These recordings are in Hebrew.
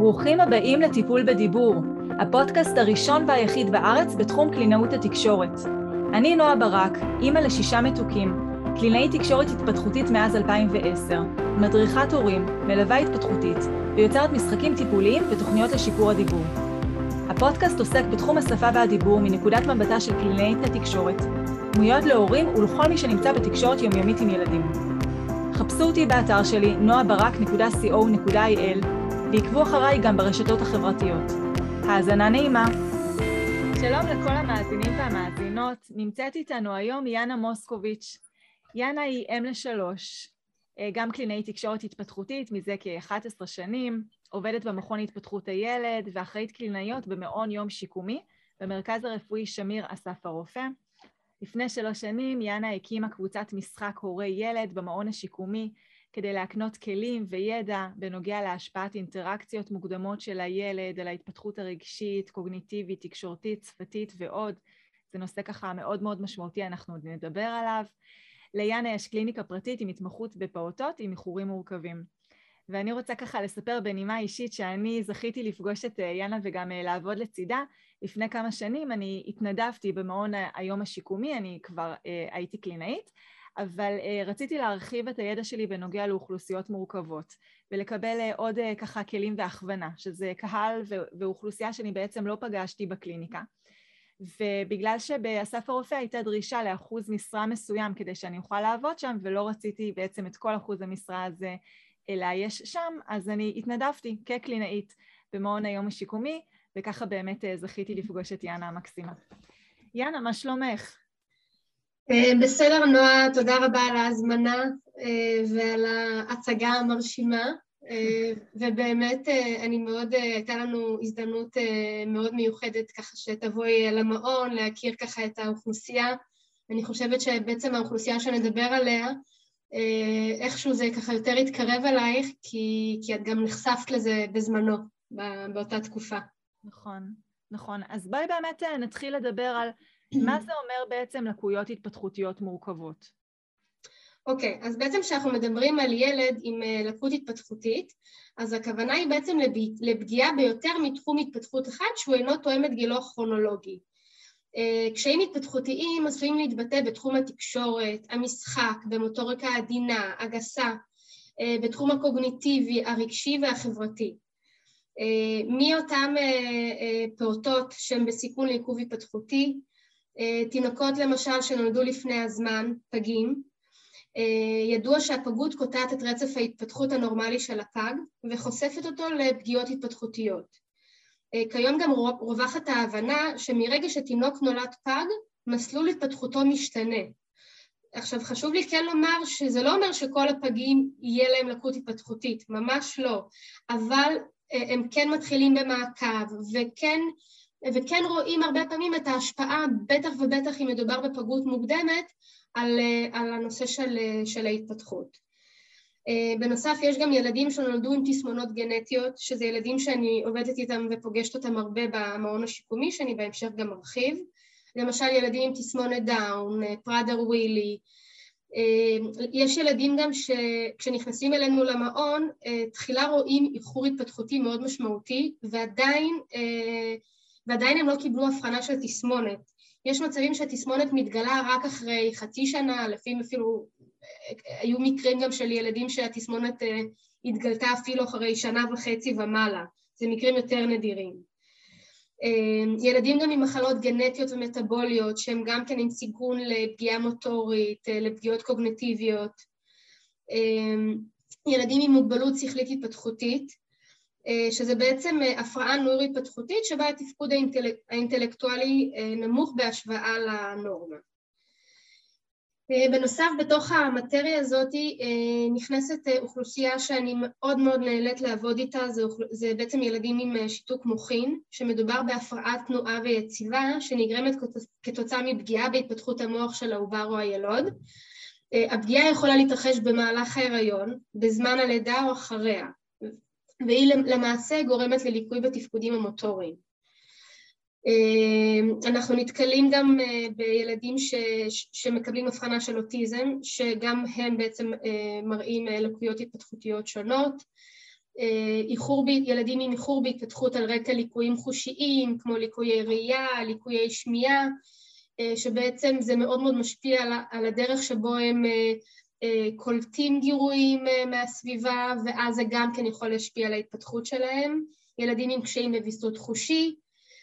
ברוכים הבאים לטיפול בדיבור, הפודקאסט הראשון והיחיד בארץ בתחום קלינאות התקשורת. אני נועה ברק, אימא ל6 מתוקים, קלינאית תקשורת התפתחותית מאז 2010, מדריכת הורים, מלווה התפתחותית, ויוצרת משחקים טיפוליים ותוכניות לשיפור הדיבור. הפודקאסט עוסק בתחום השפה והדיבור מנקודת מבטה של קלינאית התקשורת, דמויות להורים ולכל מי שנמצא בתקשורת יומיומית עם ילדים. חפשו אותי באתר שלי noabarak.co.il ועקבו אחריי גם ברשתות החברתיות. האזנה נעימה. שלום לכל המאזינים והמאזינות, נמצאת איתנו היום יאנה מוסקוביץ'. יאנה היא אם ל3, גם קלינאית תקשורת התפתחותית מזה כ11 שנים, עובדת במכון התפתחות הילד ואחראית קלינאיות במעון יום שיקומי במרכז הרפואי שמיר אסף הרופא. לפני 3 שנים יאנה הקימה קבוצת משחק הורי ילד במעון השיקומי כדי להקנות כלים וידע בנוגע להשפעת אינטראקציות מוקדמות של הילד על ההתפתחות הרגשית, קוגניטיבית, תקשורתית, שפתית ועוד. זה נושא ככה מאוד מאוד משמעותי, אנחנו עוד נדבר עליו. ליאנה יש קליניקה פרטית עם התמחות בפעוטות עם איחורים מורכבים. ואני רוצה ככה לספר בנימה אישית שאני זכיתי לפגוש את יאנה וגם לעבוד לצידה. לפני כמה שנים אני התנדבתי במעון היום השיקומי, אני כבר הייתי קלינאית, אבל רציתי להרחיב את הידע שלי בנוגע לאוכלוסיות מורכבות, ולקבל עוד ככה כלים והכוונה, שזה קהל ואוכלוסייה שאני בעצם לא פגשתי בקליניקה. ובגלל שבאסף הרופא הייתה דרישה לאחוז משרה מסוים כדי שאני אוכל לעבוד שם, ולא רציתי בעצם את כל אחוז המשרה הזה לאייש שם, אז אני התנדבתי כקלינאית במעון היום השיקומי, וככה באמת זכיתי לפגוש את יאנה המקסימה. יאנה, מה שלומך? בסדר נועה, תודה רבה על ההזמנה ועל ההצגה המרשימה, ובאמת הייתה לנו הזדמנות מאוד מיוחדת ככה שתבואי למעון, להכיר ככה את האוכלוסייה. אני חושבת שבעצם האוכלוסייה שנדבר עליה, איכשהו זה ככה יותר יתקרב אלייך, כי את גם נחשפת לזה בזמנו, באותה תקופה. נכון, נכון. אז בואי באמת נתחיל לדבר על מה זה אומר בעצם לקויות התפתחותיות מורכבות. אוקיי, אז בעצם כשאנחנו מדברים על ילד עם לקות התפתחותית, אז הכוונה היא בעצם לפגיעה ביותר מתחום התפתחות אחד שהוא אינו תואם את גילו הכרונולוגי. קשיים התפתחותיים עשויים להתבטא בתחום התקשורת, המשחק, במוטוריקה עדינה, הגסה, בתחום הקוגניטיבי, הרגשי והחברתי. מי אותם פעוטות שהם בסיכון לעיכוב התפתחותי, תינוקות למשל שנולדו לפני הזמן, פגים, ידוע שהפגות קוטעת את רצף ההתפתחות הנורמלי של הפג וחושפת אותו לפגיעות התפתחותיות. כיום גם רווחת ההבנה שמרגע שתינוק נולד פג, מסלול התפתחותו משתנה. עכשיו חשוב לי כן לומר שזה לא אומר שכל הפגים יהיה להם לקות התפתחותית, ממש לא, אבל הם כן מתחילים במעקב וכן רואים הרבה פעמים את ההשפעה, בטח ובטח אם מדובר בפגות מוקדמת, על הנושא של ההתפתחות. בנוסף יש גם ילדים שנולדו עם תסמונות גנטיות, שזה ילדים שאני עובדת איתם ופוגשת אותם הרבה במעון השיקומי, שאני בהמשך גם ארחיב. למשל ילדים עם תסמונת דאון, פראדר ווילי. יש ילדים גם שכשנכנסים אלינו למעון, תחילה רואים איחור התפתחותי מאוד משמעותי, ועדיין הם לא קיבלו הבחנה של תסמונת. יש מצבים שהתסמונת מתגלה רק אחרי חצי שנה, לפעמים אפילו, היו מקרים גם של ילדים שהתסמונת התגלתה אפילו אחרי 1.5 שנה ומעלה. זה מקרים יותר נדירים. ילדים גם עם מחלות גנטיות ומטאבוליות, שהם גם כן עם סיכון לפגיעה מוטורית, לפגיעות קוגניטיביות. ילדים עם מוגבלות שכלית התפתחותית, שזה בעצם הפרעה נוירו-התפתחותית שבה התפקוד האינטלקטואלי נמוך בהשוואה לנורמה. בנוסף, בתוך המטריה הזאת נכנסת אוכלוסייה שאני מאוד מאוד נהנית לעבוד איתה, זה בעצם ילדים עם שיתוק מוחין, שמדובר בהפרעת תנועה ויציבה, שנגרמת כתוצאה מפגיעה בהתפתחות המוח של העובר או הילוד. הפגיעה יכולה להתרחש במהלך ההיריון, בזמן הלידה או אחריה, והיא למעשה גורמת לליקוי בתפקודים המוטוריים. אנחנו נתקלים גם בילדים שמקבלים הבחנה של אוטיזם, שגם הם בעצם מראים לקויות התפתחותיות שונות. ילדים עם איחור בהתפתחות על רקע ליקויים חושיים, כמו ליקויי ראייה, ליקויי שמיעה, שבעצם זה מאוד מאוד משפיע על הדרך שבו הם קולטים גירויים מהסביבה, ואז זה גם כן יכול להשפיע על ההתפתחות שלהם. ילדים עם קשיים בוויסות חושי,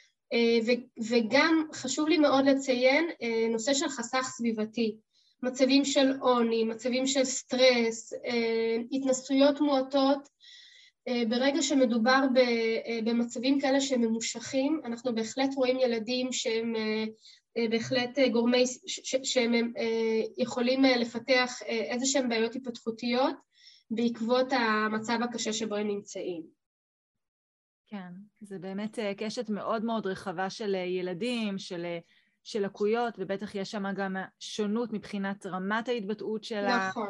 וגם חשוב לי מאוד לציין נושא של חסך סביבתי, מצבים של עוני, מצבים של סטרס, התנסויות מועטות. ברגע שמדובר במצבים כאלה שהם ממושכים, אנחנו בהחלט רואים ילדים שהם בהחלט גורמי, שהם יכולים לפתח איזה שהם בעיות התפתחותיות בעקבות המצב הקשה שבו הם נמצאים. כן, זה באמת קשת מאוד מאוד רחבה של ילדים, של לקויות, ובטח יש שם גם שונות מבחינת רמת ההתבטאות של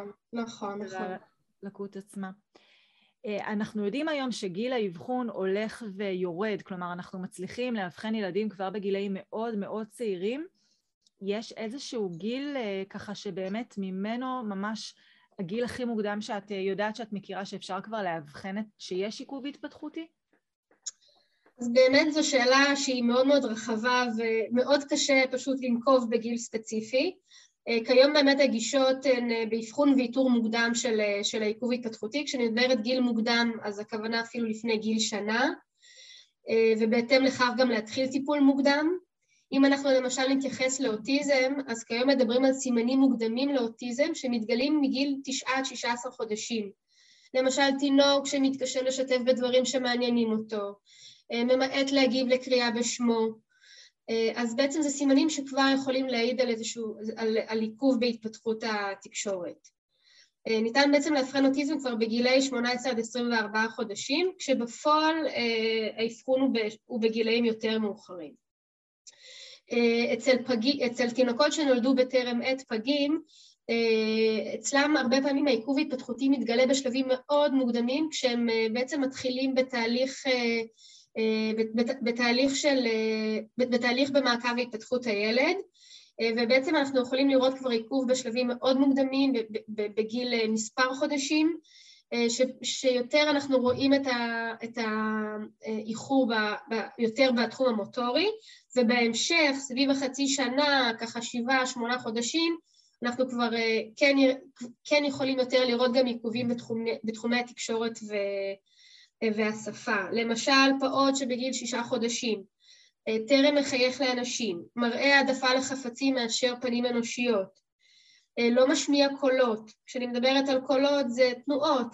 הלקות עצמה. אנחנו יודעים היום שגיל האבחון הולך ויורד, כלומר אנחנו מצליחים לאבחן ילדים כבר בגילאים מאוד מאוד צעירים. יש איזשהו גיל ככה שבאמת ממנו ממש הגיל הכי מוקדם שאת יודעת שאת מכירה שאפשר כבר לאבחן שיש עיכוב התפתחותי? אז באמת זו שאלה שהיא מאוד מאוד רחבה ומאוד קשה פשוט לנקוב בגיל ספציפי. כיום באמת הגישות הן באבחון ואיתור מוקדם של העיכוב התפתחותי. כשאני מדברת גיל מוקדם, אז הכוונה אפילו לפני גיל שנה, ובהתאם לכך גם להתחיל טיפול מוקדם. אם אנחנו למשל נתייחס לאוטיזם, אז כיום מדברים על סימנים מוקדמים לאוטיזם שמתגלים מגיל 9 עד 16 חודשים. למשל תינוק שמתקשה לשתף בדברים שמעניינים אותו, ממעט להגיב לקריאה בשמו, אז בעצם זה סימנים שכבר יכולים להעיד על עיכוב בהתפתחות התקשורת. ניתן בעצם לאבחן אוטיזם כבר בגילי 18 עד 24 חודשים, כשבפועל האבחון הוא בגילאים יותר מאוחרים. אצל תינוקות שנולדו בטרם עת פגים, אצלם הרבה פעמים העיכוב ההתפתחותי מתגלה בשלבים מאוד מוקדמים, כשהם בעצם מתחילים בתהליך במעקב התפתחות הילד, ובעצם אנחנו יכולים לראות כבר עיכוב בשלבים מאוד מוקדמים, בגיל מספר חודשים, שיותר אנחנו רואים את האיחור יותר בתחום המוטורי, ובהמשך, סביב החצי שנה, ככה 7-8 חודשים, אנחנו כבר כן יכולים יותר לראות גם עיכובים בתחומי התקשורת והשפה. למשל, פעוט שבגיל 6 חודשים, טרם מחייך לאנשים, מראה העדפה לחפצים מאשר פנים אנושיות, לא משמיע קולות. כשאני מדברת על קולות זה תנועות,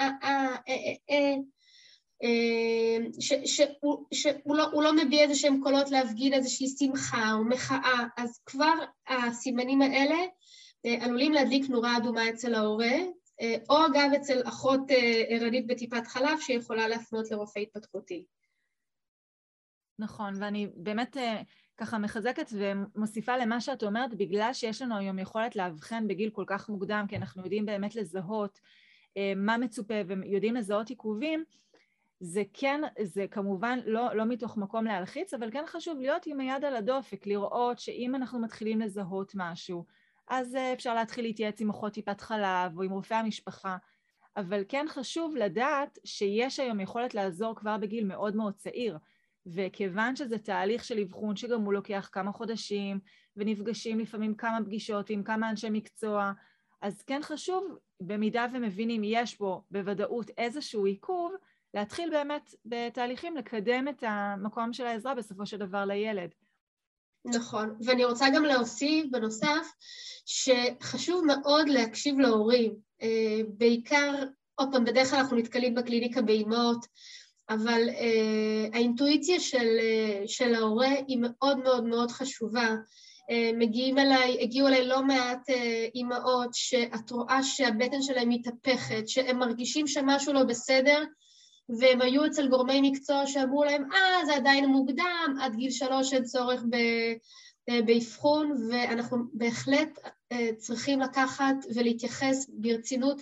שהוא לא מביע איזה שהם קולות להפגין איזושהי שמחה או מחאה, אז כבר הסימנים האלה עלולים להדליק נורה אדומה אצל ההורה, או אגב אצל אחות ערנית בטיפת חלב שיכולה להפנות לרופא התפתחותי. נכון, ואני באמת ככה מחזקת ומוסיפה למה שאת אומרת, בגלל שיש לנו היום יכולת להבחן בגיל כל כך מוקדם, כי אנחנו יודעים באמת לזהות מה מצופה ויודעים לזהות עיכובים, זה כן, זה כמובן לא מתוך מקום להלחיץ, אבל כן חשוב להיות עם היד על הדופק, לראות שאם אנחנו מתחילים לזהות משהו, אז אפשר להתחיל להתייעץ עם אחות טיפת חלב או עם רופא המשפחה, אבל כן חשוב לדעת שיש היום יכולת לעזור כבר בגיל מאוד מאוד צעיר, וכיוון שזה תהליך של אבחון שגם הוא לוקח כמה חודשים, ונפגשים לפעמים כמה פגישות עם כמה אנשי מקצוע, אז כן חשוב, במידה ומבינים יש בו בוודאות איזשהו עיכוב, להתחיל באמת בתהליכים לקדם את המקום של העזרה בסופו של דבר לילד. נכון, ואני רוצה גם להוסיף בנוסף שחשוב מאוד להקשיב להורים, בעיקר, עוד פעם, בדרך כלל אנחנו נתקלים בקליניקה באימהות, אבל האינטואיציה של ההורה היא מאוד מאוד מאוד חשובה. הגיעו אליי לא מעט אימהות שאת רואה שהבטן שלהם מתהפכת, שהם מרגישים שמשהו לא בסדר, והם היו אצל גורמי מקצוע שאמרו להם, זה עדיין מוקדם, עד גיל 3 אין צורך באבחון, ואנחנו בהחלט צריכים לקחת ולהתייחס ברצינות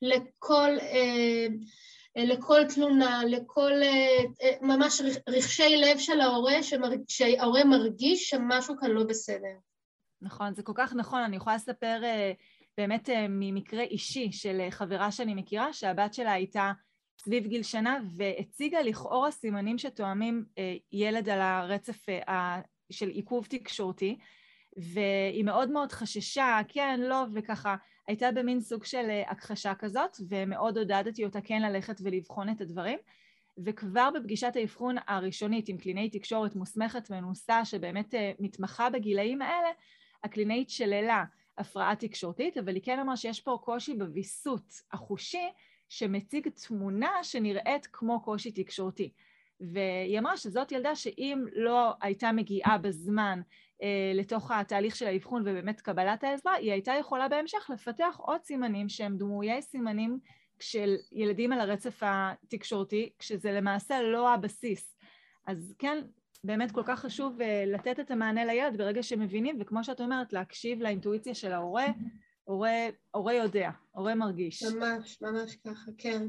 לכל תלונה, לכל ממש רחשי לב של ההורה, שההורה מרגיש שמשהו כאן לא בסדר. נכון, זה כל כך נכון. אני יכולה לספר באמת ממקרה אישי של חברה שאני מכירה, שהבת שלה הייתה סביב גיל שנה, והציגה לכאורה סימנים שתואמים ילד על הרצף של עיכוב תקשורתי, והיא מאוד מאוד חששה, כן, לא, וככה הייתה במין סוג של הכחשה כזאת, ומאוד עודדתי אותה כן ללכת ולבחון את הדברים, וכבר בפגישת האבחון הראשונית עם קלינאית תקשורת מוסמכת מנוסה שבאמת מתמחה בגילאים האלה, הקלינאית שללה הפרעה תקשורתית, אבל היא כן אמרה שיש פה קושי בוויסות החושי שמציג תמונה שנראית כמו קושי תקשורתי. והיא אמרה שזאת ילדה שאם לא הייתה מגיעה בזמן לתוך התהליך של האבחון ובאמת קבלת העזרה, היא הייתה יכולה בהמשך לפתח עוד סימנים שהם דמויי סימנים של ילדים על הרצף התקשורתי, כשזה למעשה לא הבסיס. אז כן, באמת כל כך חשוב לתת את המענה לילד ברגע שמבינים, וכמו שאת אומרת, להקשיב לאינטואיציה של ההורה, הורה יודע, הורה מרגיש. ממש, ממש ככה, כן.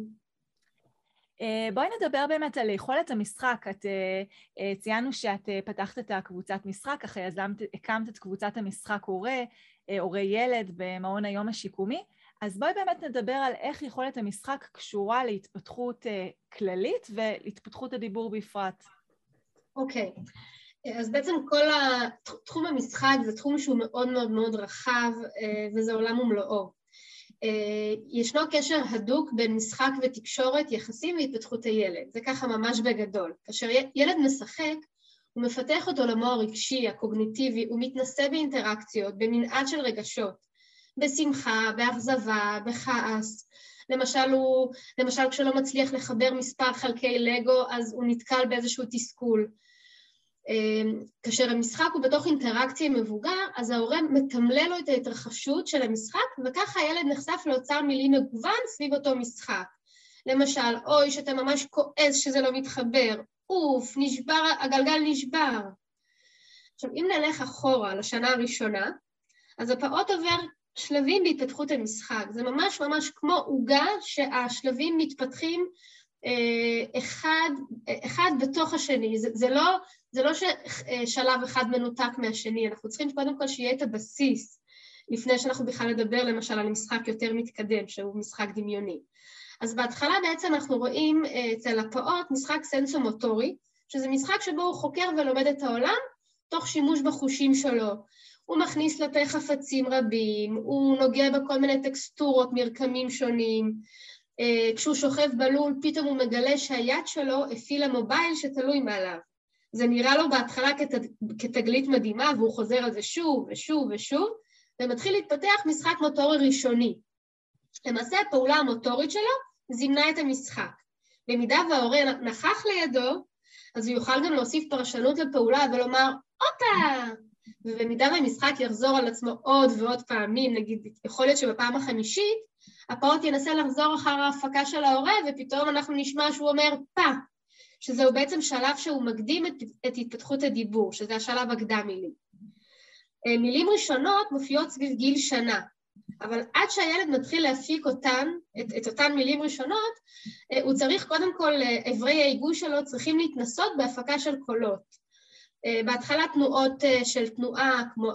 בואי נדבר באמת על יכולת המשחק. את ציינו שאת פתחת את הקבוצת משחק, אחרי הקמת את קבוצת המשחק הורה ילד במעון היום השיקומי, אז בואי באמת נדבר על איך יכולת המשחק קשורה להתפתחות כללית ולהתפתחות הדיבור בפרט. אוקיי, אז בעצם כל תחום המשחק זה תחום שהוא מאוד מאוד מאוד רחב, וזה עולם ומלואו. ישנו קשר הדוק בין משחק ותקשורת, יחסים והתפתחות הילד. זה ככה ממש בגדול. כאשר ילד משחק, הוא מפתח את עולמו הרגשי, הקוגניטיבי, הוא מתנסה באינטראקציות, במנעד של רגשות, בשמחה, באכזבה, בכעס. למשל כשלא מצליח לחבר מספר חלקי לגו, אז הוא נתקל באיזשהו תסכול. כאשר המשחק הוא בתוך אינטראקציה עם מבוגר, אז ההורה מתמלל לו את ההתרחשות של המשחק, וככה הילד נחשף לאוצר מילים מגוון סביב אותו משחק. למשל, אוי, שאתה ממש כועס שזה לא מתחבר, אוף, הגלגל נשבר. עכשיו, אם נלך אחורה לשנה הראשונה, אז הפעוט עובר שלבים בהתפתחות המשחק. זה ממש ממש כמו עוגה שהשלבים מתפתחים אחד בתוך השני. זה לא ששלב אחד מנותק מהשני, אנחנו צריכים קודם כל שיהיה את הבסיס, לפני שאנחנו בכלל נדבר למשל על משחק יותר מתקדם, שהוא משחק דמיוני. אז בהתחלה בעצם אנחנו רואים אצל הפעוט משחק סנסומוטורי, שזה משחק שבו הוא חוקר ולומד את העולם, תוך שימוש בחושים שלו. הוא מכניס לפה חפצים רבים, הוא נוגע בכל מיני טקסטורות, מרקמים שונים, כשהוא שוכב בלול, פתאום הוא מגלה שהיד שלו הפעילה מובייל שתלוי מעליו. זה נראה לו בהתחלה כתגלית מדהימה, והוא חוזר על זה שוב ושוב ושוב, ומתחיל להתפתח משחק מוטורי ראשוני. למעשה הפעולה המוטורית שלו זימנה את המשחק. במידה וההורה נכח לידו, אז הוא יוכל גם להוסיף פרשנות לפעולה ולומר, אופה! ובמידה והמשחק יחזור על עצמו עוד ועוד פעמים, נגיד, יכול להיות שבפעם החמישית, הפעוט ינסה לחזור אחר ההפקה של ההורה, ופתאום אנחנו נשמע שהוא אומר פה, שזהו בעצם שלב שהוא מקדים את התפתחות הדיבור, שזה השלב הקדם מילים. מילים ראשונות מופיעות סביב גיל שנה, אבל עד שהילד מתחיל להפיק את אותן מילים ראשונות, הוא צריך קודם כל, עברי ההיגוי שלו צריכים להתנסות בהפקה של קולות. בהתחלה תנועות של תנועה כמו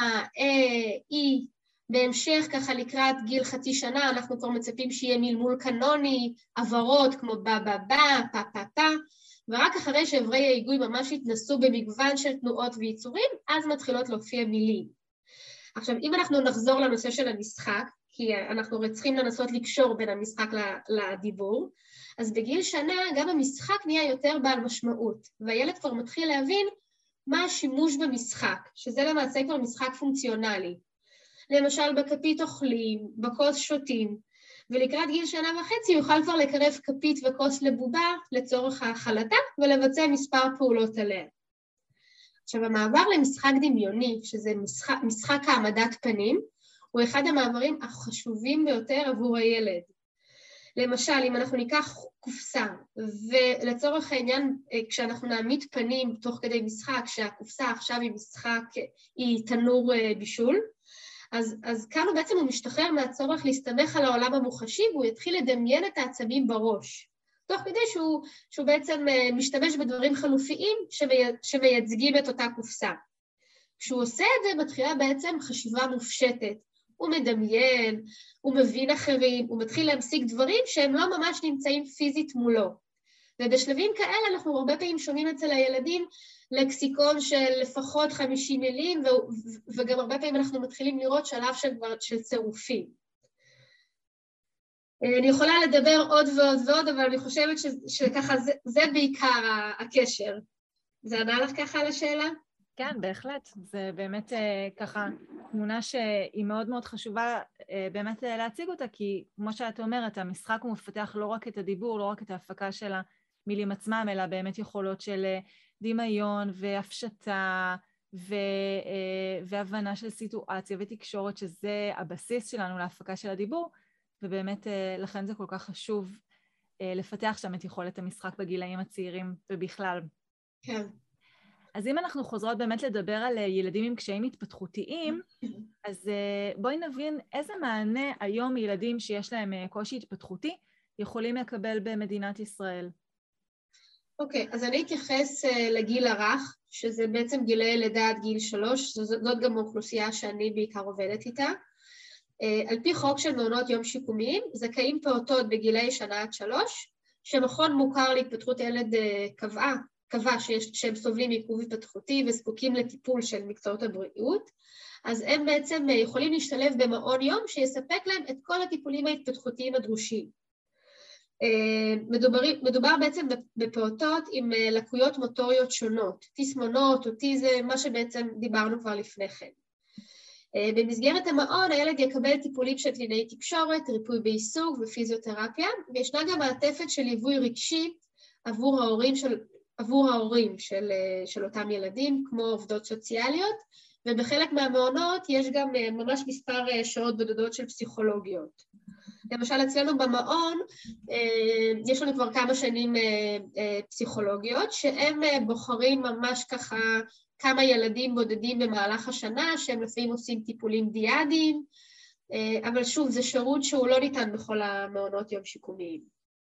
אי, בהמשך ככה לקראת גיל חצי שנה אנחנו כבר מצפים שיהיה מלמול קנוני, עברות כמו פה, ורק אחרי שעברי ההיגוי ממש התנסו במגוון של תנועות ויצורים, אז מתחילות להופיע מילים. עכשיו, אם אנחנו נחזור לנושא של המשחק, כי אנחנו צריכים לנסות לקשור בין המשחק לדיבור, אז בגיל שנה גם המשחק נהיה יותר בעל משמעות, והילד כבר מתחיל להבין מה השימוש במשחק, שזה למעשה כבר משחק פונקציונלי. למשל, בכפית אוכלים, בכוס שותים, ולקראת גיל שנה וחצי יוכל כבר לקרב כפית וכוס לבובה לצורך ההחלטה ולבצע מספר פעולות עליה. עכשיו, המעבר למשחק דמיוני, שזה משחק העמדת פנים, הוא אחד המעברים החשובים ביותר עבור הילד. למשל, אם אנחנו ניקח קופסה, ולצורך העניין, כשאנחנו נעמיד פנים תוך כדי משחק, שהקופסה עכשיו היא תנור בישול, אז כאן בעצם הוא משתחרר מהצורך להסתמך על העולם המוחשי, והוא יתחיל לדמיין את העצבים בראש, תוך כדי שהוא בעצם משתמש בדברים חלופיים שמייצגים את אותה קופסה. כשהוא עושה את זה, מתחילה בעצם חשיבה מופשטת. הוא מדמיין, הוא מבין אחרים, הוא מתחיל להמשיג דברים שהם לא ממש נמצאים פיזית מולו. ובשלבים כאלה אנחנו הרבה פעמים שומעים אצל הילדים לקסיקון של לפחות 50 מילים, וגם הרבה פעמים אנחנו מתחילים לראות שלב של צירופים. אני יכולה לדבר עוד ועוד ועוד, אבל אני חושבת שככה זה בעיקר הקשר. זה ענה לך ככה על השאלה? כן, בהחלט. זה באמת ככה תמונה שהיא מאוד מאוד חשובה באמת להציג אותה, כי כמו שאת אומרת, המשחק הוא מפתח לא רק את הדיבור, לא רק את ההפקה של המילים עצמם, אלא באמת יכולות של דמיון והפשטה והבנה של סיטואציה ותקשורת, שזה הבסיס שלנו להפקה של הדיבור, ובאמת לכן זה כל כך חשוב לפתח שם את יכולת המשחק בגילאים הצעירים ובכלל. כן. אז אם אנחנו חוזרות באמת לדבר על ילדים עם קשיים התפתחותיים, אז בואי נבין איזה מענה היום ילדים שיש להם קושי התפתחותי יכולים לקבל במדינת ישראל. אוקיי, אז אני אתייחס לגיל הרך, שזה בעצם גילי לידה עד גיל 3, זאת גם האוכלוסייה שאני בעיקר עובדת איתה. על פי חוק של מעונות יום שיקומיים, זכאים פעוטות בגילי שנה עד 3, שמכון מוכר להתפתחות ילד קבע שהם סובלים מעיכוב התפתחותי וזקוקים לטיפול של מקצועות הבריאות, אז הם בעצם יכולים להשתלב במעון יום שיספק להם את כל הטיפולים ההתפתחותיים הדרושים. מדובר בעצם בפעוטות עם לקויות מוטוריות שונות, תסמונות, אוטיזם, מה שבעצם דיברנו כבר לפני כן. במסגרת המעון הילד יקבל טיפולים של קלינאי תקשורת, ריפוי בעיסוק ופיזיותרפיה, וישנה גם מעטפת של ליווי רגשי עבור ההורים של אותם ילדים, כמו עובדות סוציאליות, ובחלק מהמעונות יש גם ממש מספר שעות בודדות של פסיכולוגיות. למשל אצלנו במעון יש לנו כבר כמה שנים פסיכולוגיות, שהם בוחרים ממש ככה כמה ילדים בודדים במהלך השנה, שהם לפעמים עושים טיפולים דיאדיים, אבל שוב, זה שירות שהוא לא ניתן בכל המעונות יום שיקומיים.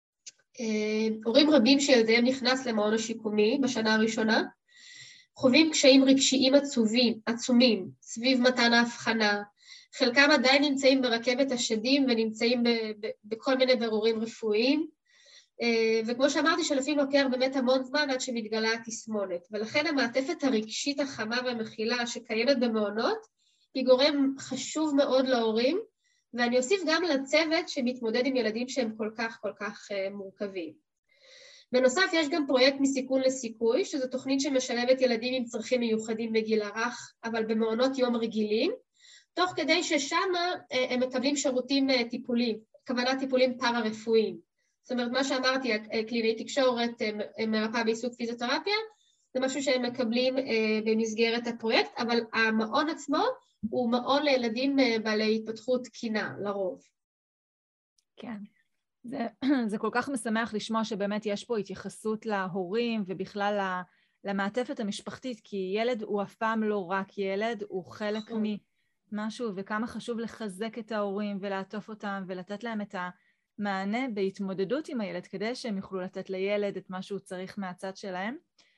הורים רבים שילדיהם נכנס למעון השיקומי בשנה הראשונה, חווים קשיים רגשיים עצומים סביב מתן ההבחנה, חלקם עדיין נמצאים ברכבת השדים ונמצאים בכל מיני ברורים רפואיים, וכמו שאמרתי שלפעמים לוקח באמת המון זמן עד שמתגלה התסמונת, ולכן המעטפת הרגשית החמה והמכילה שקיימת במעונות היא גורם חשוב מאוד להורים, ואני אוסיף גם לצוות שמתמודד עם ילדים שהם כל כך מורכבים. בנוסף יש גם פרויקט מסיכון לסיכוי, שזו תוכנית שמשלבת ילדים עם צרכים מיוחדים בגיל הרך, אבל במעונות יום רגילים, תוך כדי ששם הם מקבלים שירותים טיפוליים, הכוונה טיפולים פארה-רפואיים. זאת אומרת, מה שאמרתי, קלינאי תקשורת, מרפאה בעיסוק פיזיותרפיה, זה משהו שהם מקבלים במסגרת הפרויקט, אבל המעון עצמו הוא מעון לילדים בעלי התפתחות תקינה, לרוב. כן. זה כל כך משמח לשמוע שבאמת יש פה התייחסות להורים ובכלל למעטפת המשפחתית, כי ילד הוא אף פעם לא רק ילד, הוא חלק ממשהו, וכמה חשוב לחזק את ההורים ולעטוף אותם ולתת להם את המענה בהתמודדות עם הילד, כדי שהם יוכלו לתת לילד את מה שהוא צריך מהצד שלהם.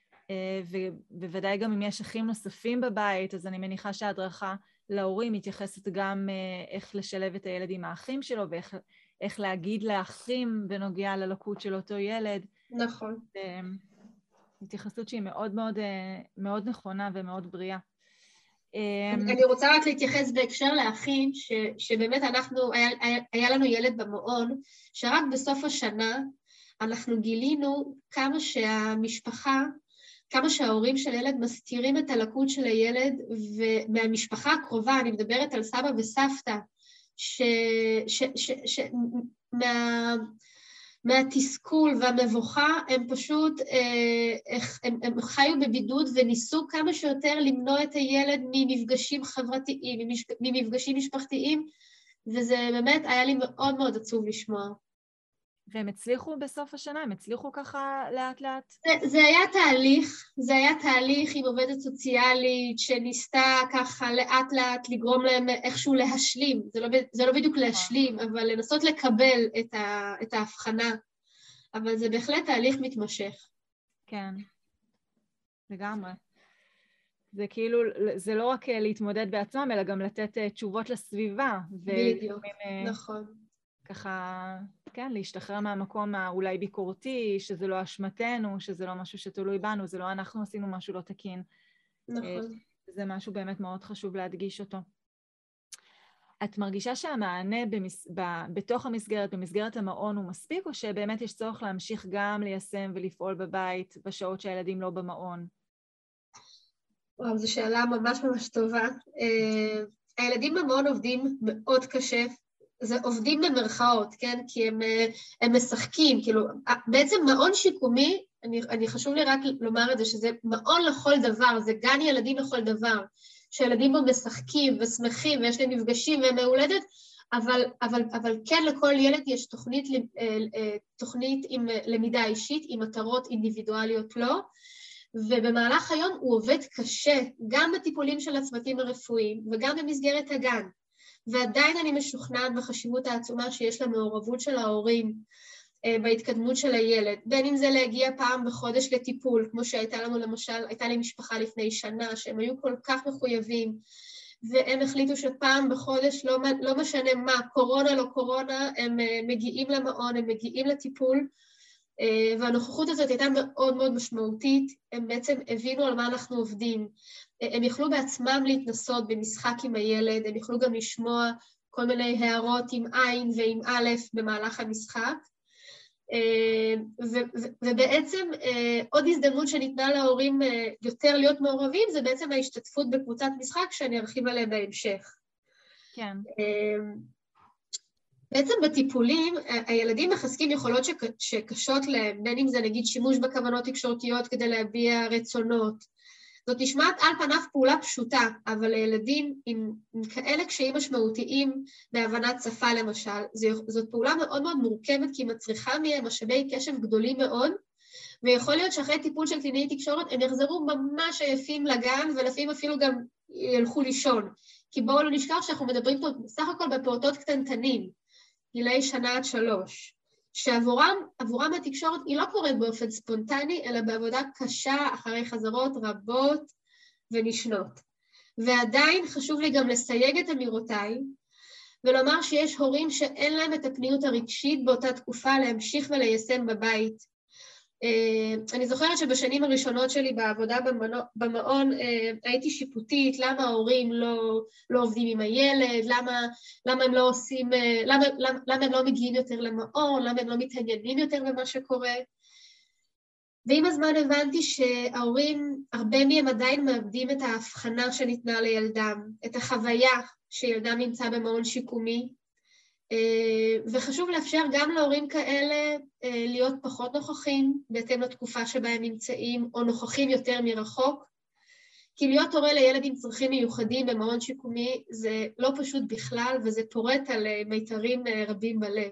ובוודאי גם אם יש אחים נוספים בבית, אז אני מניחה שההדרכה להורים מתייחסת גם איך לשלב את הילד עם האחים שלו, ואיך להגיד לאחים בנוגע ללקות של אותו ילד. נכון. התייחסות שהיא מאוד מאוד, מאוד נכונה ומאוד בריאה. אני רוצה רק להתייחס בהקשר לאחים, שבאמת היה לנו ילד במעון, שרק בסוף השנה אנחנו גילינו כמה שהמשפחה, כמה שההורים של הילד מסתירים את הלקות של הילד, ומהמשפחה הקרובה, אני מדברת על סבא וסבתא, מהתסכול והמבוכה, הם פשוט, הם חיו בבידוד וניסו כמה שיותר למנוע את הילד ממפגשים חברתיים, ממפגשים משפחתיים, וזה באמת היה לי מאוד מאוד עצוב לשמוע. והם הצליחו בסוף השנה? הם הצליחו ככה לאט לאט? זה היה תהליך עם עובדת סוציאלית שניסתה ככה לאט לאט לגרום להם איכשהו להשלים, זה לא בדיוק להשלים, אבל לנסות לקבל את ההבחנה, אבל זה בהחלט תהליך מתמשך. כן, לגמרי. זה כאילו, זה לא רק להתמודד בעצמם, אלא גם לתת תשובות לסביבה. בדיוק, נכון. ככה, כן, להשתחרר מהמקום האולי ביקורתי, שזה לא אשמתנו, שזה לא משהו שתלוי בנו, זה לא אנחנו עשינו משהו לא תקין. נכון. זה משהו באמת מאוד חשוב להדגיש אותו. את מרגישה שהמענה בתוך המסגרת, במסגרת המעון הוא מספיק, או שבאמת יש צורך להמשיך גם ליישם ולפעול בבית בשעות שהילדים לא במעון? וואו, זו שאלה ממש ממש טובה. הילדים במעון עובדים מאוד קשה, זה עובדים במרכאות, כן? כי הם משחקים, כאילו, בעצם מעון שיקומי, אני חשוב לי רק לומר את זה, שזה מעון לכל דבר, זה גן ילדים לכל דבר, שהילדים בו משחקים ושמחים ויש להם מפגשים והם מהולדת, אבל כן לכל ילד יש תוכנית עם למידה אישית, עם מטרות אינדיבידואליות לו, ובמהלך היום הוא עובד קשה, גם בטיפולים של הצוותים הרפואיים וגם במסגרת הגן. ועדיין אני משוכנעת בחשיבות העצומה שיש למעורבות של ההורים בהתקדמות של הילד, בין אם זה להגיע פעם בחודש לטיפול, כמו שהייתה לנו למשל, הייתה לי משפחה לפני שנה, שהם היו כל כך מחויבים, והם החליטו שפעם בחודש, לא משנה מה, קורונה לא קורונה, הם מגיעים למעון, הם מגיעים לטיפול, והנוכחות הזאת הייתה מאוד מאוד משמעותית, הם בעצם הבינו על מה אנחנו עובדים, הם יכלו בעצמם להתנסות במשחק עם הילד, הם יכלו גם לשמוע כל מיני הערות עם עין ועם א' במהלך המשחק, ובעצם עוד הזדמנות שניתנה להורים יותר להיות מעורבים, זה בעצם ההשתתפות בקבוצת משחק שאני ארחיב עליה בהמשך. כן. בעצם בטיפולים, הילדים מחזקים יכולות שקשות להם, בין אם זה נגיד שימוש בכוונות תקשורתיות כדי להביע רצונות. זאת נשמעת על פניו פעולה פשוטה, אבל לילדים עם כאלה קשיים משמעותיים בהבנת שפה למשל, זאת פעולה מאוד מאוד מורכבת, כי היא מצריכה מהם משאבי קשב גדולים מאוד, ויכול להיות שאחרי טיפול של קלינאי תקשורת, הם יחזרו ממש עייפים לגן, ולפעמים אפילו גם ילכו לישון. כי בואו לא נשכח שאנחנו מדברים פה בסך הכל בפעוטות קטנטנים, גילאי שנה עד 3, שעבורם התקשורת היא לא קורית באופן ספונטני, אלא בעבודה קשה אחרי חזרות רבות ונשנות. ועדיין חשוב לי גם לסייג את אמירותיי, ולומר שיש הורים שאין להם את הפניות הרגשית באותה תקופה להמשיך וליישם בבית. אני זוכרת שבשנים הראשונות שלי בעבודה במעון הייתי שיפוטית, למה ההורים לא עובדים עם הילד, למה הם לא עושים, למה הם לא מגיעים יותר למעון, למה הם לא מתעניינים יותר במה שקורה. ועם הזמן הבנתי שההורים, הרבה מהם עדיין מאבדים את ההבחנה שניתנה לילדם, את החוויה שילדם נמצא במעון שיקומי, וחשוב לאפשר גם להורים כאלה להיות פחות נוכחים, בהתאם לתקופה שבה הם נמצאים, או נוכחים יותר מרחוק, כי להיות הורה לילד עם צרכים מיוחדים במעון שיקומי זה לא פשוט בכלל, וזה פורט על מיתרים רבים בלב.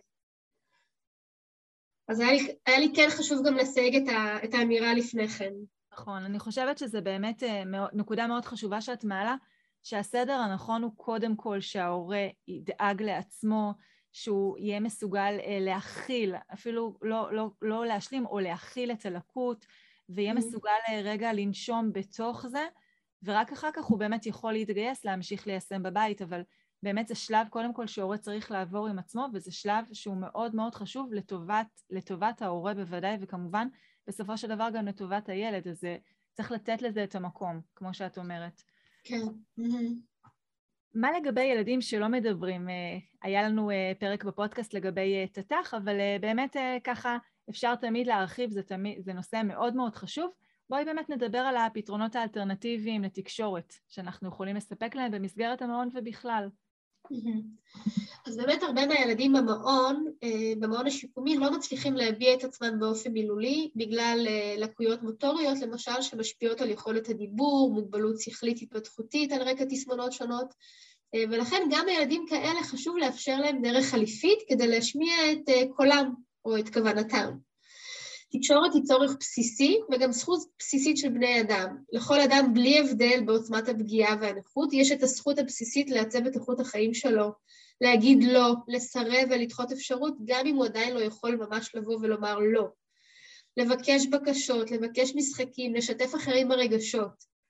אז היה לי כן חשוב גם לסייג את האמירה לפני כן. נכון, אני חושבת שזה באמת נקודה מאוד חשובה שאת מעלה, שהסדר הנכון הוא קודם כל שההורה ידאג לעצמו, שהוא יהיה מסוגל להכיל, אפילו לא להשלים או להכיל את הלקות, ויהיה מסוגל רגע לנשום בתוך זה, ורק אחר כך הוא באמת יכול להתגייס, להמשיך ליישם בבית, אבל באמת זה שלב קודם כל שההורה צריך לעבור עם עצמו, וזה שלב שהוא מאוד מאוד חשוב לטובת ההורה בוודאי, וכמובן בסופו של דבר גם לטובת הילד, אז צריך לתת לזה את המקום, כמו שאת אומרת. כן. מה לגבי ילדים שלא מדברים? היה לנו פרק בפודקאסט לגבי תת"ח, אבל באמת ככה אפשר תמיד להרחיב, זה נושא מאוד מאוד חשוב. בואי באמת נדבר על הפתרונות האלטרנטיביים לתקשורת, שאנחנו יכולים לספק להם במסגרת המעון ובכלל. אז באמת הרבה מהילדים במעון השיקומי לא מצליחים להביע את עצמם באופן מילולי, בגלל לקויות מוטוריות, למשל, שמשפיעות על יכולת הדיבור, מוגבלות שכלית התפתחותית על רקע תסמונות שונות, ולכן גם לילדים כאלה חשוב לאפשר להם דרך חליפית כדי להשמיע את קולם או את כוונתם. תקשורת היא צורך בסיסי וגם זכות בסיסית של בני אדם. לכל אדם בלי הבדל בעוצמת הפגיעה והנכות, יש את הזכות הבסיסית לעצב את איכות החיים שלו, להגיד לא, לסרב ולדחות אפשרות, גם אם הוא עדיין לא יכול ממש לבוא ולומר לא. לבקש בקשות, לבקש משחקים, לשתף אחרים ברגשות.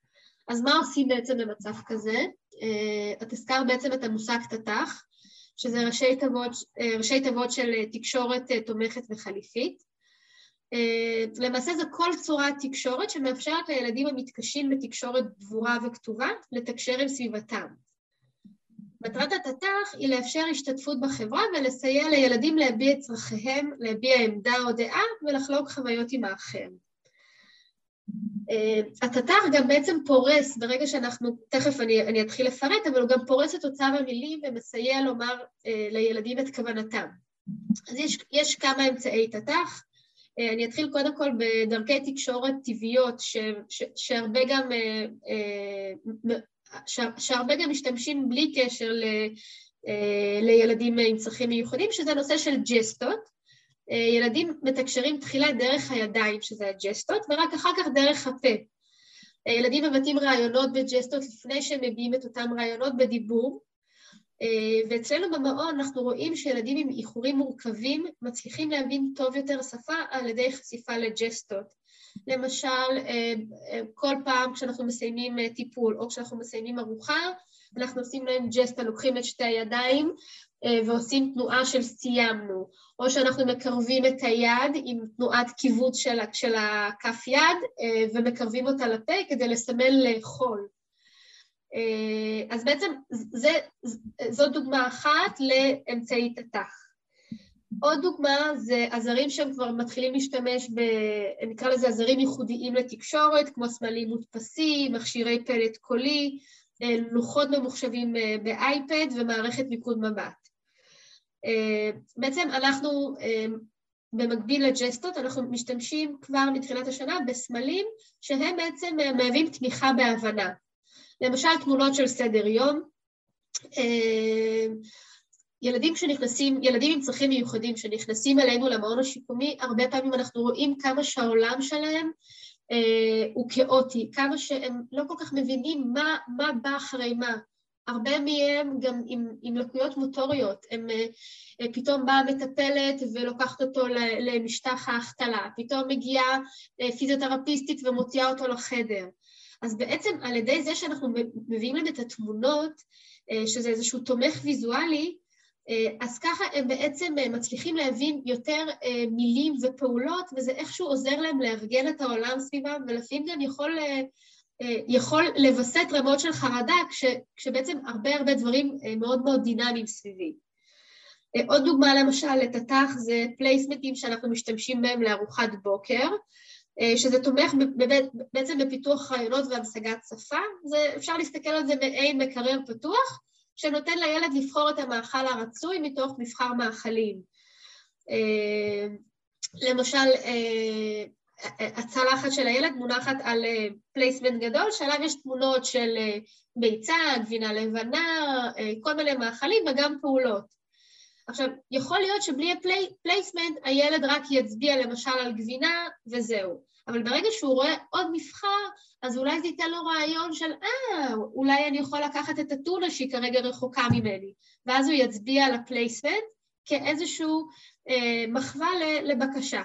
אז מה עושים בעצם במצב כזה? את הזכרת בעצם את המושג תת"ח, שזה ראשי תיבות של תקשורת תומכת וחליפית. למעשה זו כל צורת תקשורת שמאפשרת לילדים המתקשים בתקשורת דבורה וכתובה לתקשר עם סביבתם. מטרת התת"ח היא לאפשר השתתפות בחברה ולסייע לילדים להביע את צרכיהם, להביע עמדה או דעה ולחלוק חוויות עם האחר. התת"ח גם בעצם פורס, ברגע שאנחנו, תכף אני אתחיל לפרט, אבל הוא גם פורס את אוצר המילים ומסייע לומר לילדים את כוונתם. אז יש כמה אמצעי תת"ח. אני אתחיל קודם כל בדרכי תקשורת טבעיות, שהרבה גם משתמשים בלי קשר לילדים עם צרכים מיוחדים, שזה נושא של ג'סטות. ילדים מתקשרים תחילה דרך הידיים, שזה הג'סטות, ורק אחר כך דרך הפה. ילדים מבטאים רעיונות בג'סטות לפני שהם מביעים את אותם רעיונות בדיבור, ואצלנו במעון אנחנו רואים שילדים עם איחורים מורכבים מצליחים להבין טוב יותר שפה על ידי חשיפה לג'סטות. למשל, כל פעם כשאנחנו מסיימים טיפול או כשאנחנו מסיימים ארוחה, אנחנו עושים להם ג'סטה, לוקחים את שתי הידיים ועושים תנועה של סיימנו, או שאנחנו מקרבים את היד עם תנועת כיוות של הכף יד ומקרבים אותה לפה כדי לסמל לאכול. אז בעצם זו דוגמה אחת לאמצעי תת"ח. עוד דוגמה זה עזרים שהם כבר מתחילים להשתמש נקרא לזה עזרים ייחודיים לתקשורת, כמו סמלים מודפסים, מכשירי פלט קולי, לוחות ממוחשבים באייפד ומערכת מיקוד מבט. בעצם אנחנו במקביל לג'סטות, אנחנו משתמשים כבר מתחילת השנה בסמלים שהם בעצם מהווים תמיכה בהבנה. למשל תמונות של סדר יום, ילדים עם צרכים מיוחדים שנכנסים אלינו למעון השיקומי, הרבה פעמים אנחנו רואים כמה שהעולם שלהם הוא כאוטי, כמה שהם לא כל כך מבינים מה בא אחרי מה. הרבה מהם גם עם לקויות מוטוריות, פתאום באה מטפלת ולוקחת אותו למשטח ההחתלה, פתאום מגיעה פיזיותרפיסטית ומוציאה אותו לחדר. אז בעצם על ידי זה שאנחנו מביאים להם את התמונות, שזה איזשהו תומך ויזואלי, אז ככה הם בעצם מצליחים להבין יותר מילים ופעולות, וזה איכשהו עוזר להם לארגן את העולם סביבם, ולפעמים גם יכול לבסט רמות של חרדה, כשבעצם הרבה דברים מאוד מאוד דינמיים סביבי. עוד דוגמה למשל לתת"ח זה פלייסמנטים שאנחנו משתמשים בהם לארוחת בוקר, שזה תומך בעצם בפיתוח רעיונות והמשגת שפה, אפשר להסתכל על זה מעין מקרר פתוח, שנותן לילד לבחור את המאכל הרצוי מתוך מבחר מאכלים. למשל, הצלחת של הילד מונחת על פלייסמנט גדול, שעליו יש תמונות של ביצה, גבינה לבנה, כל מיני מאכלים וגם פעולות. עכשיו, יכול להיות שבלי הפלייסמנט הילד רק יצביע למשל על גבינה וזהו. אבל ברגע שהוא רואה עוד מבחר, אז אולי זה ייתן לו רעיון של, אולי אני יכול לקחת את הטונה שהיא כרגע רחוקה ממני, ואז הוא יצביע על הפלייסמנט כאיזשהו מחווה לבקשה.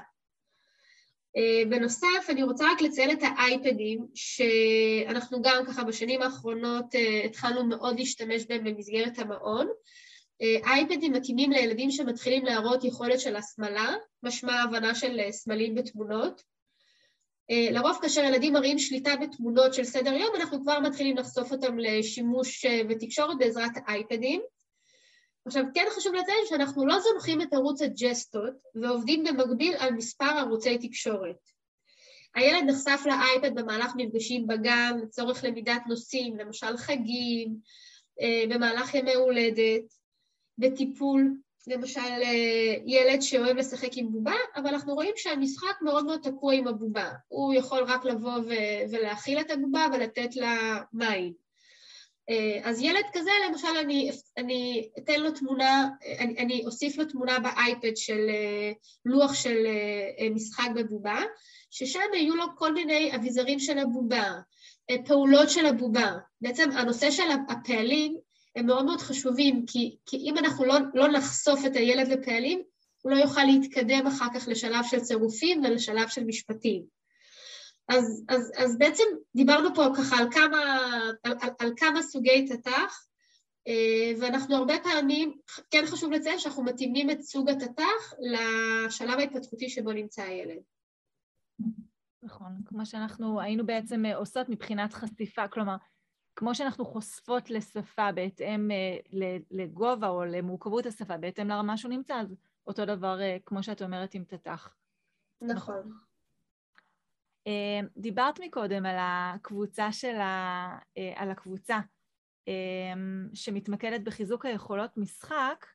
בנוסף, אני רוצה רק לציין את האייפדים, שאנחנו גם ככה בשנים האחרונות התחלנו מאוד להשתמש בהם במסגרת המעון. אייפדים מתאימים לילדים שמתחילים להראות יכולת של הסמלה, משמע הבנה של סמלים בתמונות. לרוב כאשר ילדים מראים שליטה בתמונות של סדר יום, אנחנו כבר מתחילים לחשוף אותם לשימוש ותקשורת בעזרת האייפדים. עכשיו, כן חשוב לציין שאנחנו לא זונחים את ערוץ הג'סטות, ועובדים במקביל על מספר ערוצי תקשורת. הילד נחשף לאייפד במהלך מפגשים בגן, לצורך למידת נושאים, למשל חגים, במהלך ימי הולדת, בטיפול, למשל ילד שאוהב לשחק עם בובה, אבל אנחנו רואים שהמשחק מאוד מאוד תקוע עם הבובה. הוא יכול רק לבוא ולהכיל את הבובה ולתת לה מים. אז ילד כזה, למשל, אני אתן לו תמונה, אני אוסיף לו תמונה באייפד של לוח של משחק בבובה, ששם יהיו לו כל מיני אביזרים של הבובה, פעולות של הבובה. בעצם הנושא של הפעלים הם מאוד מאוד חשובים, כי אם אנחנו לא נחשוף את הילד לפעלים, הוא לא יוכל להתקדם אחר כך לשלב של צירופים ולשלב של משפטים. אז בעצם דיברנו פה ככה על כמה סוגי תת"ח, ואנחנו הרבה פעמים, כן חשוב לציין שאנחנו מתאימים את סוג התת"ח לשלב ההתפתחותי שבו נמצא הילד. נכון, כמו שאנחנו היינו בעצם עושות מבחינת חשיפה, כלומר, כמו שאנחנו חושפות לשפה בהתאם לגובה או למורכבות השפה, בהתאם לרמה שהוא נמצא, אז אותו דבר כמו שאת אומרת עם תת"ח. נכון. דיברת מקודם על הקבוצה על הקבוצה שמתמקדת בחיזוק היכולות משחק.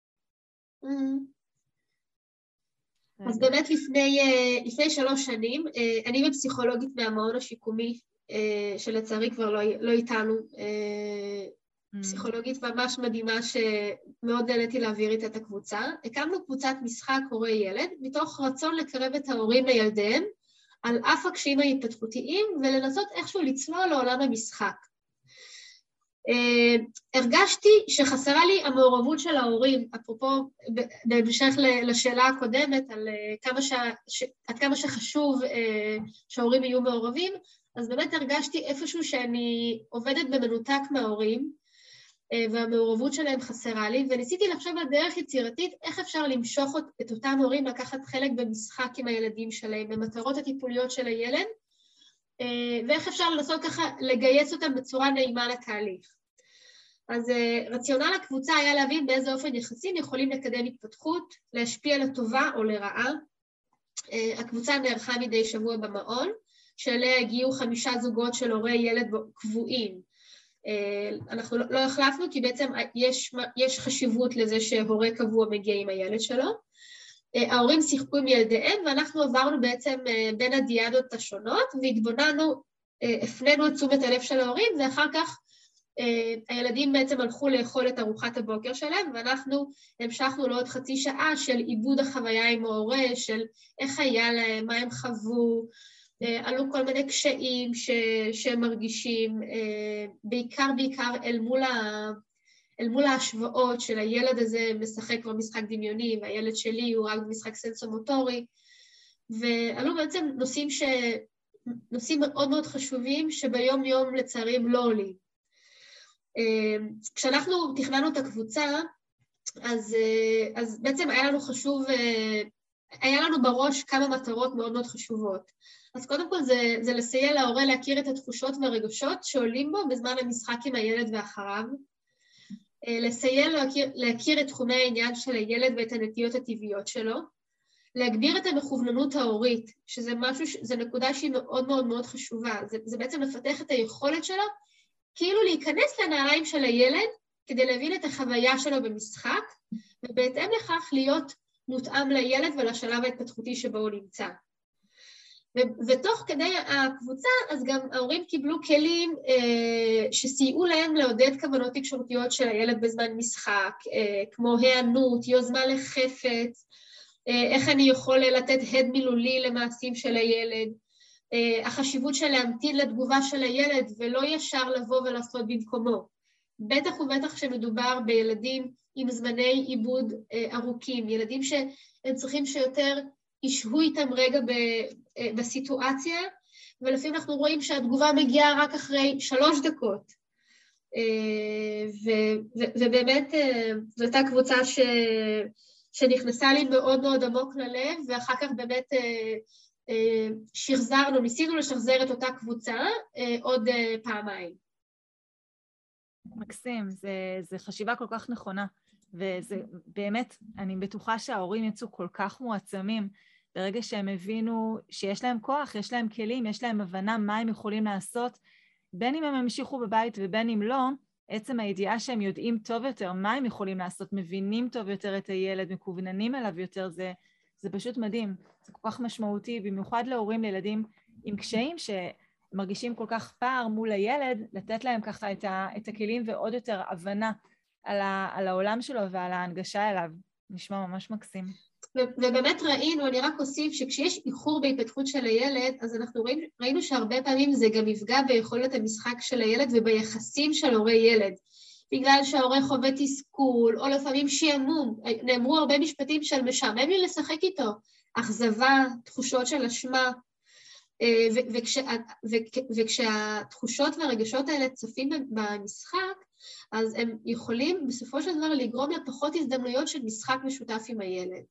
אז באמת לפני 3 שנים, אני בפסיכולוגית מהמעון השיקומי, שלצערי כבר לא איתנו, פסיכולוגית ממש מדהימה שמאוד נהניתי להעביר איתה את הקבוצה. הקמנו קבוצת משחק הורי ילד, מתוך רצון לקרב את ההורים לילדיהם, על אף הקשיים ההתפתחותיים, ולנסות איכשהו לצלול לעולם המשחק. הרגשתי שחסרה לי המעורבות של ההורים, אפרופו בהמשך לשאלה הקודמת, על עד כמה שחשוב שההורים יהיו מעורבים, אז באמת הרגשתי איפשהו שאני עובדת במנותק מההורים, והמעורבות שלהם חסרה לי, וניסיתי לחשוב על דרך יצירתית איך אפשר למשוך את אותם הורים לקחת חלק במשחק עם הילדים שלהם, במטרות הטיפוליות של הילד, ואיך אפשר לנסות ככה לגייס אותם בצורה נעימה לתהליך. אז רציונל הקבוצה היה להבין באיזה אופן יחסים יכולים לקדם התפתחות, להשפיע לטובה או לרעה. הקבוצה נערכה מדי שבוע במעון, שאליה הגיעו 5 זוגות של הורי ילד קבועים. אנחנו לא החלפנו כי בעצם יש חשיבות לזה שהורה קבוע מגיע עם הילד שלו. ההורים שיחקו עם ילדיהם ואנחנו עברנו בעצם בין הדיאדות השונות והתבוננו, הפנינו את תשומת הלב של ההורים ואחר כך הילדים בעצם הלכו לאכול את ארוחת הבוקר שלהם ואנחנו המשכנו לעוד חצי שעה של עיבוד החוויה עם ההורה, של איך היה להם, מה הם חוו, עלו כל מיני קשיים שהם מרגישים, בעיקר אל מול ההשוואות של הילד הזה משחק כבר משחק דמיוני, והילד שלי הוא רק משחק סנסומוטורי, ועלו בעצם נושאים מאוד מאוד חשובים שביום יום לצערי הם לא עולים. כשאנחנו תכננו את הקבוצה, אז בעצם היה לנו בראש כמה מטרות מאוד מאוד חשובות. אז קודם כל זה לסייע להורה להכיר את התחושות והרגשות שעולים בו בזמן המשחק עם הילד ואחריו, לסייע להכיר את תחומי העניין של הילד ואת הנטיות הטבעיות שלו, להגביר את המכווננות ההורית, זה נקודה שהיא מאוד מאוד מאוד חשובה, זה בעצם לפתח את היכולת שלו, כאילו להיכנס לנעליים של הילד, כדי להבין את החוויה שלו במשחק, ובהתאם לכך להיות מותאם לילד ולשלב ההתפתחותי שבו הוא נמצא. ותוך כדי הקבוצה, אז גם ההורים קיבלו כלים שסייעו להם לעודד כוונות תקשורתיות של הילד בזמן משחק, כמו הענות, יוזמה לחפץ, איך אני יכול לתת הד מילולי למעשים של הילד, החשיבות של להמתין לתגובה של הילד ולא ישר לבוא ולעשות במקומו. בטח ובטח שמדובר בילדים עם זמני עיבוד ארוכים, ילדים שהם צריכים שיותר ישהו איתם רגע בסיטואציה, ולפעמים אנחנו רואים שהתגובה מגיעה רק אחרי 3 דקות. ובאמת זו הייתה קבוצה שנכנסה לי מאוד מאוד עמוק ללב, ואחר כך באמת ניסינו לשחזר את אותה קבוצה עוד פעמיים. מקסים, זה חשיבה כל כך נכונה, וזה באמת, אני בטוחה שההורים יצאו כל כך מועצמים, ברגע שהם הבינו שיש להם כוח, יש להם כלים, יש להם הבנה מה הם יכולים לעשות, בין אם הם המשיכו בבית ובין אם לא, עצם הידיעה שהם יודעים טוב יותר מה הם יכולים לעשות, מבינים טוב יותר את הילד, מכווננים אליו יותר, זה פשוט מדהים, זה כל כך משמעותי, במיוחד להורים לילדים עם קשיים שמרגישים כל כך פער מול הילד, לתת להם ככה את הכלים ועוד יותר הבנה על העולם שלו ועל ההנגשה אליו, נשמע ממש מקסים. ובאמת אני רק אוסיף שכשיש איחור בהתפתחות של הילד, אז אנחנו ראינו שהרבה פעמים זה גם יפגע ביכולת המשחק של הילד וביחסים של הורי ילד, בגלל שההורה חווה תסכול, או לפעמים שיעמום, נאמרו הרבה משפטים של משעמם לי לשחק איתו, אכזבה, תחושות של אשמה, וכשהתחושות והרגשות האלה צפים במשחק, אז הם יכולים בסופו של דבר לגרום לפחות הזדמנויות של משחק משותף עם הילד.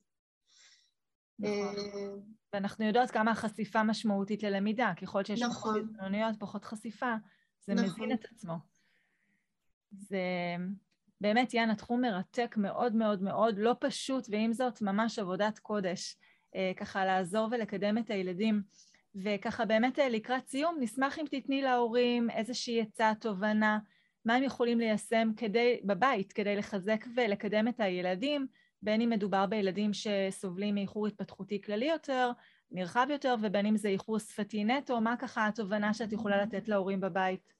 נכון. ואנחנו יודעות כמה החשיפה משמעותית ללמידה, ככל שיש פחות הזדמנויות, פחות חשיפה, זה מזין את עצמו. זה באמת, יאנה, תחום מרתק מאוד מאוד מאוד, לא פשוט, ועם זאת ממש עבודת קודש, ככה לעזור ולקדם את הילדים. וככה באמת לקראת סיום, נשמח אם תתני להורים איזושהי עצה, תובנה, מה הם יכולים ליישם בבית כדי לחזק ולקדם את הילדים, בין אם מדובר בילדים שסובלים מאיחור התפתחותי כללי יותר, נרחב יותר, ובין אם זה איחור שפתי נטו, מה ככה התובנה שאת יכולה לתת להורים בבית?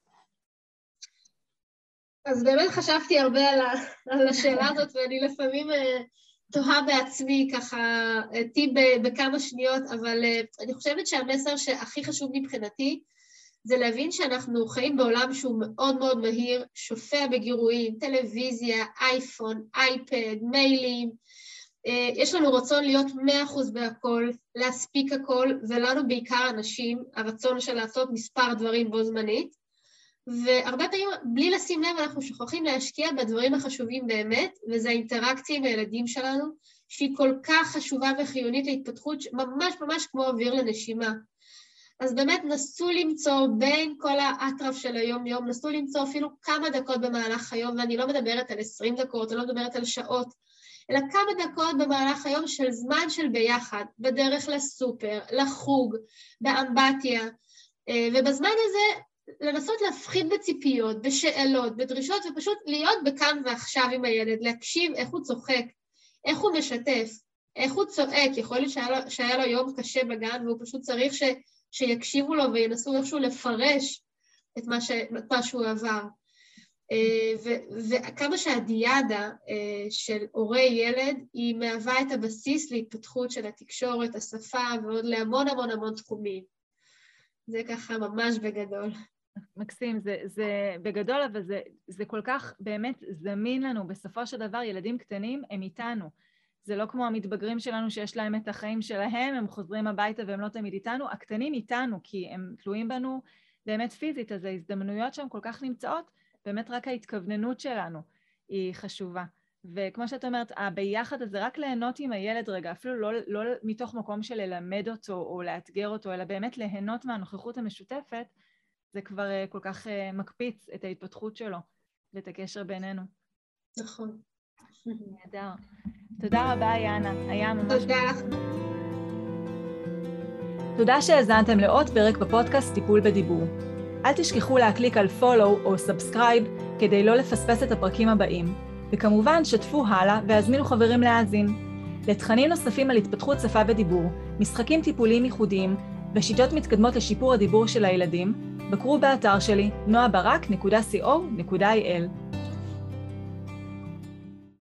אז באמת חשבתי הרבה על השאלה הזאת, ואני לפעמים תוהה בעצמי ככה, בכמה שניות, אבל אני חושבת שהמסר שהכי חשוב מבחינתי, זה להבין שאנחנו חיים בעולם שהוא מאוד מאוד מהיר, שופע בגירויים, טלוויזיה, אייפון, אייפד, מיילים, יש לנו רצון להיות 100% בהכל, להספיק הכל, ולנו בעיקר אנשים, הרצון של לעשות מספר דברים בו זמנית, והרבה פעמים בלי לשים לב אנחנו שוכחים להשקיע בדברים החשובים באמת, וזה האינטראקציה עם הילדים שלנו, שהיא כל כך חשובה וחיונית להתפתחות, ממש ממש כמו אוויר לנשימה. אז באמת נסו למצוא בין כל האטרף של היום-יום, נסו למצוא אפילו כמה דקות במהלך היום, ואני לא מדברת על 20 דקות, אני לא מדברת על שעות, אלא כמה דקות במהלך היום של זמן של ביחד, בדרך לסופר, לחוג, באמבטיה, ובזמן הזה לנסות להפחית בציפיות, בשאלות, בדרישות, ופשוט להיות בכאן ועכשיו עם הילד, להקשיב איך הוא צוחק, איך הוא משתף, איך הוא צועק, יכול להיות שהיה לו יום קשה בגן, והוא פשוט צריך שיקשיבו לו וינסו איכשהו לפרש את מה שהוא עבר. וכמה שהדיאדה של הורי ילד, היא מהווה את הבסיס להתפתחות של התקשורת, השפה, ועוד להמון המון המון תחומים. זה ככה ממש בגדול. מקסים, זה בגדול, אבל זה כל כך באמת זמין לנו. בסופו של דבר, ילדים קטנים הם איתנו. זה לא כמו המתבגרים שלנו שיש להם את החיים שלהם, הם חוזרים הביתה והם לא תמיד איתנו. הקטנים איתנו, כי הם תלויים בנו באמת פיזית, אז ההזדמנויות שם כל כך נמצאות, באמת רק ההתכווננות שלנו היא חשובה. וכמו שאת אומרת, ביחד הזה רק ליהנות עם הילד רגע, אפילו לא מתוך מקום של ללמד אותו או לאתגר אותו, אלא באמת ליהנות מהנוכחות המשותפת, זה כבר כל כך מקפיץ את ההתפתחות שלו ואת הקשר בינינו. נכון. נהדר. תודה רבה, יאנה. היה ממש... תודה. תודה שהאזנתם לעוד פרק בפודקאסט טיפול בדיבור. אל תשכחו להקליק על follow או subscribe כדי לא לפספס את הפרקים הבאים. וכמובן, שתפו הלאה והזמינו חברים להאזין. לתכנים נוספים על התפתחות שפה ודיבור, משחקים טיפוליים ייחודיים ושיטות מתקדמות לשיפור הדיבור של הילדים, בקרו באתר שלי noabarak.co.il.